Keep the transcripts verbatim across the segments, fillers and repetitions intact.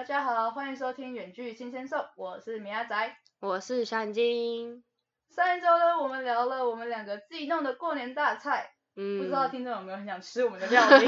大家好，欢迎收听远距新鲜送，我是米亚仔， 我是小眼睛。 上一周呢，我们聊了我们两个自己弄的过年大菜， 嗯， 不知道听众有没有很想吃我们的料理？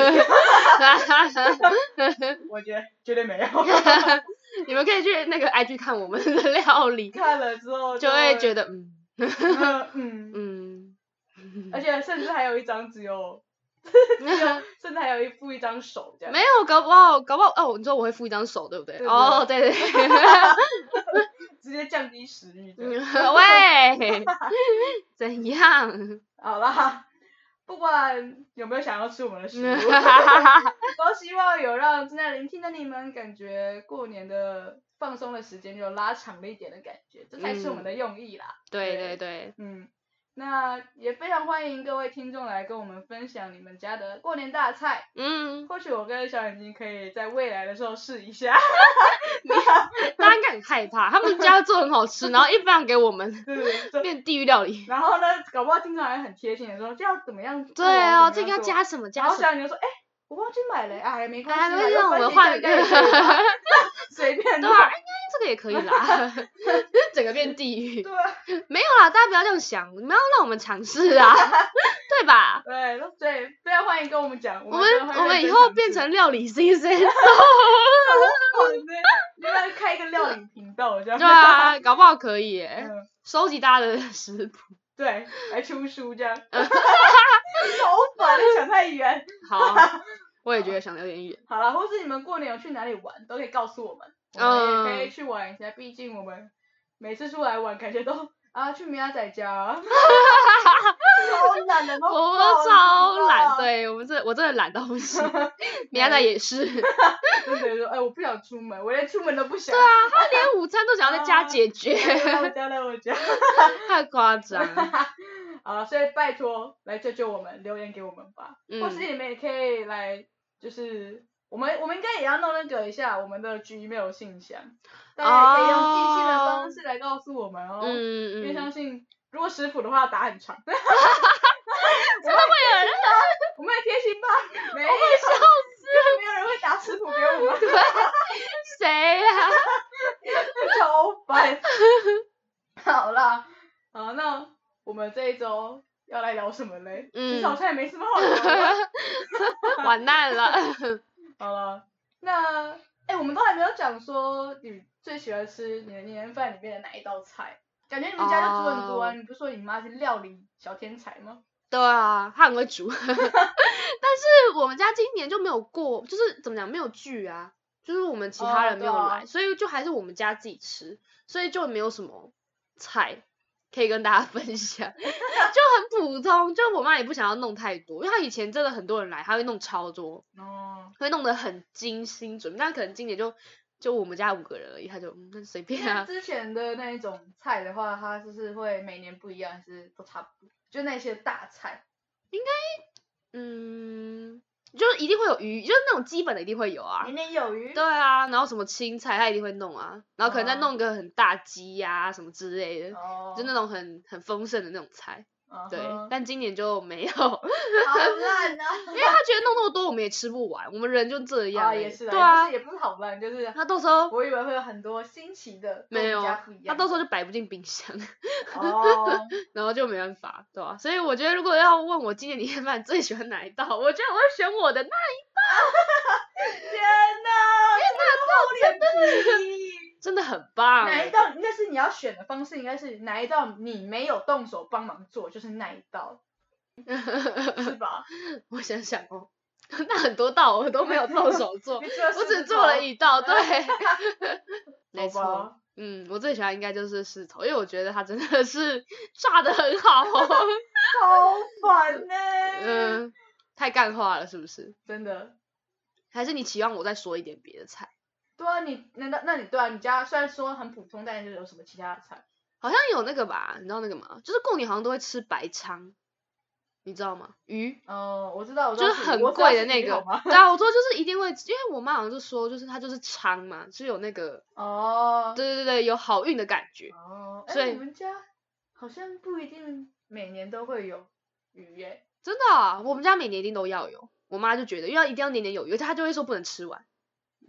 我觉得绝对没有。 你们可以去那个 I G 看我们的料理， 看了之后就会觉得嗯嗯嗯， 而且甚至还有一张只有。甚至还有一附一张手这样。 没有，搞不好，搞不好哦，你说我会附一张手，对不对？ 对哦，对对对。 直接降低食欲。 喂，怎样？ 好啦，不管有没有想要吃我们的食物，都希望有让正在聆听的你们感觉过年的放松的时间就拉长了一点的感觉，这才是我们的用意啦。 嗯、对对对， 嗯。那也非常欢迎各位听众来跟我们分享你们家的过年大菜，嗯，或许我跟小眼睛可以在未来的时候试一下。 大家应该很害怕，他们家做很好吃，然后一分享给我们，变地狱料理。 然后呢，搞不好听众还很贴心的说，这要怎么样做？ 对啊，这个要加什么加什么。 然后小眼睛说，哎、欸，我忘记买了，哎，没关系， 哎，让我们换， 随便。 对啊，应该这个也可以啦。整个变地狱。 对啊。 没有啦，大家不要这样想，你们要让我们尝试啊，对吧？ 对对，非常欢迎跟我们讲。 我们我们以后变成料理 C C。 你要开一个料理频道这样。 对啊，搞不好可以耶，嗯、收集大家的食谱。 对，来出书这样。好烦，想太远。 好、啊，我也觉得想的有点远。 好了，或是你们过年有去哪里玩，都可以告诉我们，我们也可以去玩一下，毕竟我们每次出来玩，感觉都啊去米亚仔家。超懒的， 我们超懒，对我们这我真的懒到不行。米亚仔也是。 就等于说，哎，我不想出门，我连出门都不想。 对啊，他连午餐都想要在家解决。 来我家，来我家。 太夸张了。 啊，所以拜托来救救我们，留言给我们吧，嗯、或是你们也可以来，就是我们我们应该也要弄那个一下我们的 Gmail 信箱，大家也可以用寄信的方式来告诉我们哦。嗯嗯。因为相信如果食谱的话打很长。 真的会有人？ 我们很贴心吧？没有， 我会笑死， 没有人会打食谱给我们。 谁呀、啊？ 超烦。好啦，好，那我们这一周要来聊什么嘞？嗯，其实好像也没什么好聊的。 完蛋了。 好了，那哎、欸，我们都还没有讲说你最喜欢吃你的年夜饭里面的哪一道菜？感觉你们家就煮很多啊， oh. 你不是说你妈是料理小天才吗？ 对啊，她很会煮。但是我们家今年就没有过，就是怎么讲没有聚啊，就是我们其他人没有来， oh, 啊、所以就还是我们家自己吃，所以就没有什么菜可以跟大家分享，就很普通。就我妈也不想要弄太多，因为她以前真的很多人来，她会弄超多，哦， oh. 会弄得很精心准备，但可能今年就。就我们家五个人而已，他就嗯那随便啊。 之前的那一种菜的话，它就是会每年不一样，还是都差不多？就那些大菜， 应该嗯，就是一定会有鱼，就是那种基本的一定会有啊。 年年有余。 对啊，然后什么青菜他一定会弄啊，然后可能再弄个很大鸡呀、啊、什么之类的，哦、就那种很很丰盛的那种菜。Uh huh. 对，但今年就没有。好烂啊！ 因为他觉得弄那么多我们也吃不完，我们人就这样、欸。 啊，也是对啊， 也不是好烂，就是他到时候我以为会有很多新奇的， 没有，他到时候就摆不进冰箱。哦。然后就没办法，对吧、啊？所以我觉得如果要问我今年年夜饭最喜欢哪一道，我觉得我会选我的那一道。 天哪！ 因为那道真的真的很棒。 哪一道应该是你要选的方式，应该是哪一道你没有动手帮忙做，就是那一道，是吧？ 我想想哦，那很多道我都没有动手做，我只做了一道，对。没错，嗯，我最喜欢应该就是狮头，因为我觉得它真的是炸得很好。 超烦呢、欸。 嗯，太干化了，是不是？ 真的。 还是你期望我再说一点别的菜？ 对啊，你那那那你对啊，你家虽然说很普通，但是有什么其他的菜？ 好像有那个吧，你知道那个吗？就是过年好像都会吃白鲳，你知道吗？鱼。 哦、呃，我知道，我知道就是很贵的那个。对啊，我说就是一定会，因为我妈好像就说，就是它就是鲳嘛，是有那个哦，对对对，有好运的感觉。哦，所以你们家好像不一定每年都会有鱼耶。 真的啊，我们家每年一定都要有。我妈就觉得，因为一定要年年有余，而且她就会说不能吃完。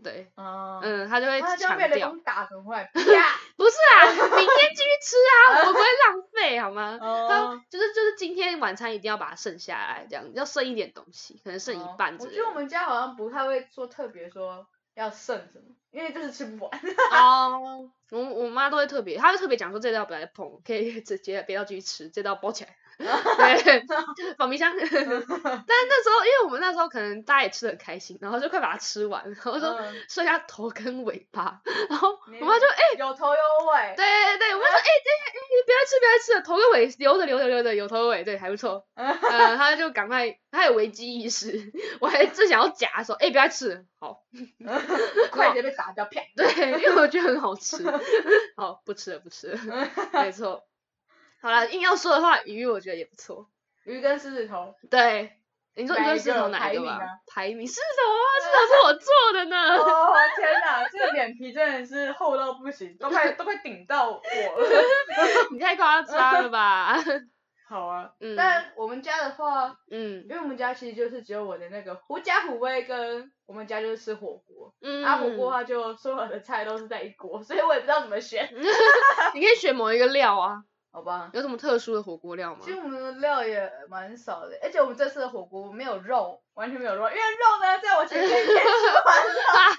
对， 嗯嗯，他就会他就强调， 被雷公打很坏， 不是啊，明天继续吃啊，我们不会浪费好吗？ 哦他就是就是今天晚餐一定要把它剩下来，这样要剩一点东西，可能剩一半之类的。 我觉得我们家好像不太会说特别说要剩什么，因为就是吃不完。 哦，我我妈都会特别，她会特别讲说这道不要再碰，可以直接不要继续吃，这道包起来。对，放冰箱。但是那时候，因为我们那时候可能大家也吃得很开心，然后就快把它吃完，然后说剩下头跟尾巴，然后我妈就哎、欸、 有头有尾。 对对对，我妈说哎这哎你不要吃不要吃了，头跟尾留着留着留着有头有尾，对还不错。呃，她就赶快，她有危机意识，我还正想要夹说哎、欸、不要吃了，好， 快点被打掉，啪。 对，因为我觉得很好吃，好不吃了不吃了，没错。好啦，硬要说的话，鱼我觉得也不错。 鱼跟狮子头。 对，你说鱼跟狮子头哪一个吧？排名狮子头啊，狮子头是我做的呢。 哦天哪，这个脸皮真的是厚到不行，都快都快顶到我了。 你太夸张了吧？ 好啊，嗯、但我们家的话， 嗯， 因为我们家其实就是只有我的那个狐假虎威跟我们家就是吃火锅， 嗯， 啊火锅的话就所有的菜都是在一锅，所以我也不知道怎么选。 你可以选某一个料啊。 好吧， 有什么特殊的火锅料吗？ 其实我们的料也蛮少的，而且我们这次的火锅没有肉，完全没有肉，因为肉呢在我前面已经吃完了。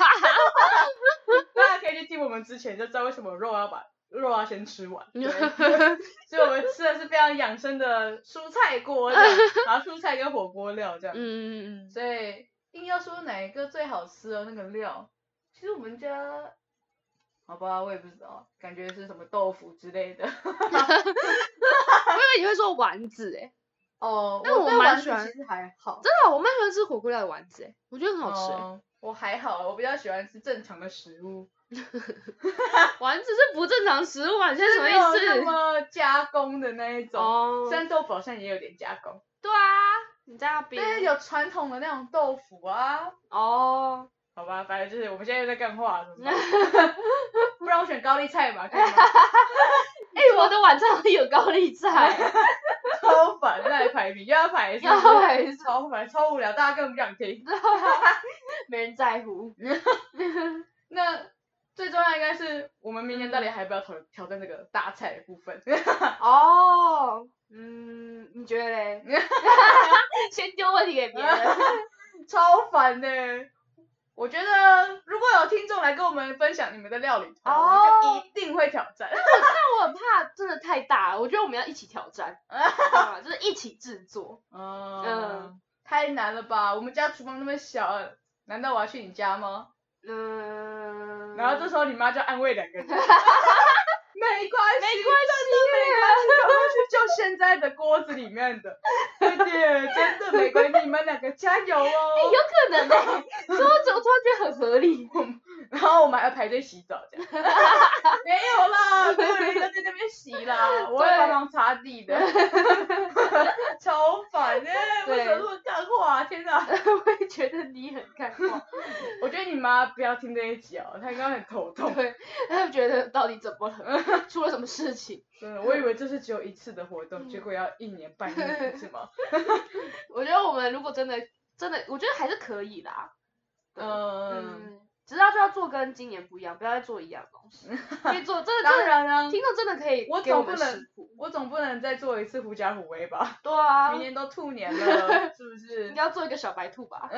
大家可以去听我们之前就知道为什么肉要把肉要先吃完。所以我们吃的是非常养生的蔬菜锅，然后蔬菜跟火锅料这样。嗯嗯嗯。所以硬要说哪一个最好吃的那个料，其实我们家。好吧，我也不知道，感觉是什么豆腐之类的。我以为你会说丸子诶、欸。 哦， 但我蛮喜欢， 其实还好。 真的，我蛮喜欢吃火锅料的丸子诶、欸，我觉得很好吃诶、欸哦。我还好，我比较喜欢吃正常的食物。 丸子是不正常食物啊？你现在什么意思？ 那么加工的那一种。哦。虽然豆腐好像也有点加工。 对啊，你在那边。 但是有传统的那种豆腐啊。哦。好吧，反正就是我们现在又在干话，怎么办？不然我选高丽菜吧，可以吗？ 哎、欸，我的晚餐有高丽菜， 超烦，再来排名又要排， 要排， 超烦，超无聊，大家根本不想听， 没人在乎。 那最重要应该是我们明年到底还要不要挑挑战这个大菜的部分？ 哦，嗯，你觉得嘞？先丢问题给别人， 超烦的。我觉得如果有听众来跟我们分享你们的料理，哦、我们就一定会挑战。 但我很怕真的太大了，我觉得我们要一起挑战，就是一起制作。 嗯, 嗯，太难了吧？我们家厨房那么小，难道我要去你家吗？嗯。然后这时候你妈就安慰两个人。没关系，没关系，真的没关系，赶快去救现在的锅子里面的，对对，真的没关系，你们两个加油哦。欸、 有可能哎、欸，所以我怎么突然觉得很合理？ 然后我们还要排队洗澡这样。没有啦，没有人在那边洗啦，我会帮忙擦地的。超烦的、欸，为什么那么干话、啊？天哪！ 我也觉得你很干话。 我觉得你妈不要听这一集哦，她应该很头痛。 对，她就觉得到底怎么了？出了什么事情？ 真的，我以为这是只有一次的活动，结果要一年半年一次吗？ 我觉得我们如果真的真的，我觉得还是可以啦。嗯。嗯，只是就要做跟今年不一样，不要再做一样的东西。可以做，真的当然啊， 听众真的可以给我们食谱。 我总不能再做一次狐假虎威吧？ 对啊。 明年都兔年了，是不是？ 应该要做一个小白兔吧？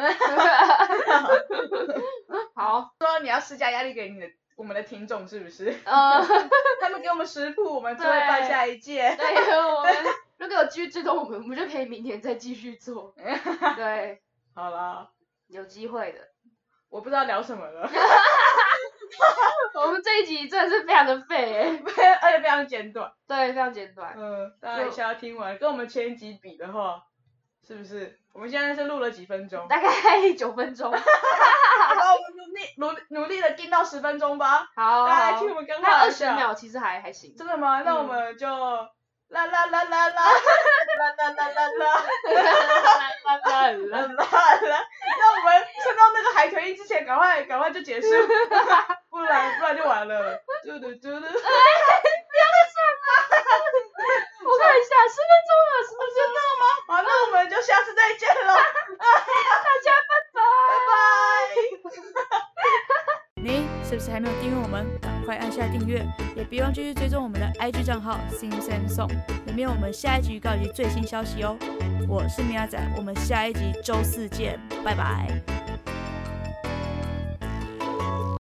好。 说你要施加压力给你的。我们的听众是不是？呃，他们给我们食谱，我们就会办下一届。 对，我们如果有继续追踪我们，我们就可以明年再继续做。对， 好啦， 有机会的。 我不知道聊什么了。 我们这一集真的是非常的废哎， 而且非常简短。 对，非常简短。 嗯，大家一下要听完，跟我们前一集比的话，是不是？我们现在是录了几分钟？ 大概九分钟。 好吧，我们努力努努力的盯到十分钟吧。 好， 大家来听我们跟话二十秒，其实还还行。 真的吗？那我们就啦啦啦啦啦啦啦啦啦啦啦啦啦啦啦啦。那我们撑到那个海豚音之前，赶快赶快就结束，不然不然就完了。嘟嘟嘟嘟。不要再唱了。我看一下，十分钟了，十分钟了吗？好，那我们就下次再见了。 大家拜拜。 拜拜。 你是不是还没有订阅我们？赶快按下订阅，也别忘继续追踪我们的 I G 账号 Sing Sam Song， 里面有我们下一集预告及最新消息哦。我是米亚仔，我们下一集周四见，拜拜。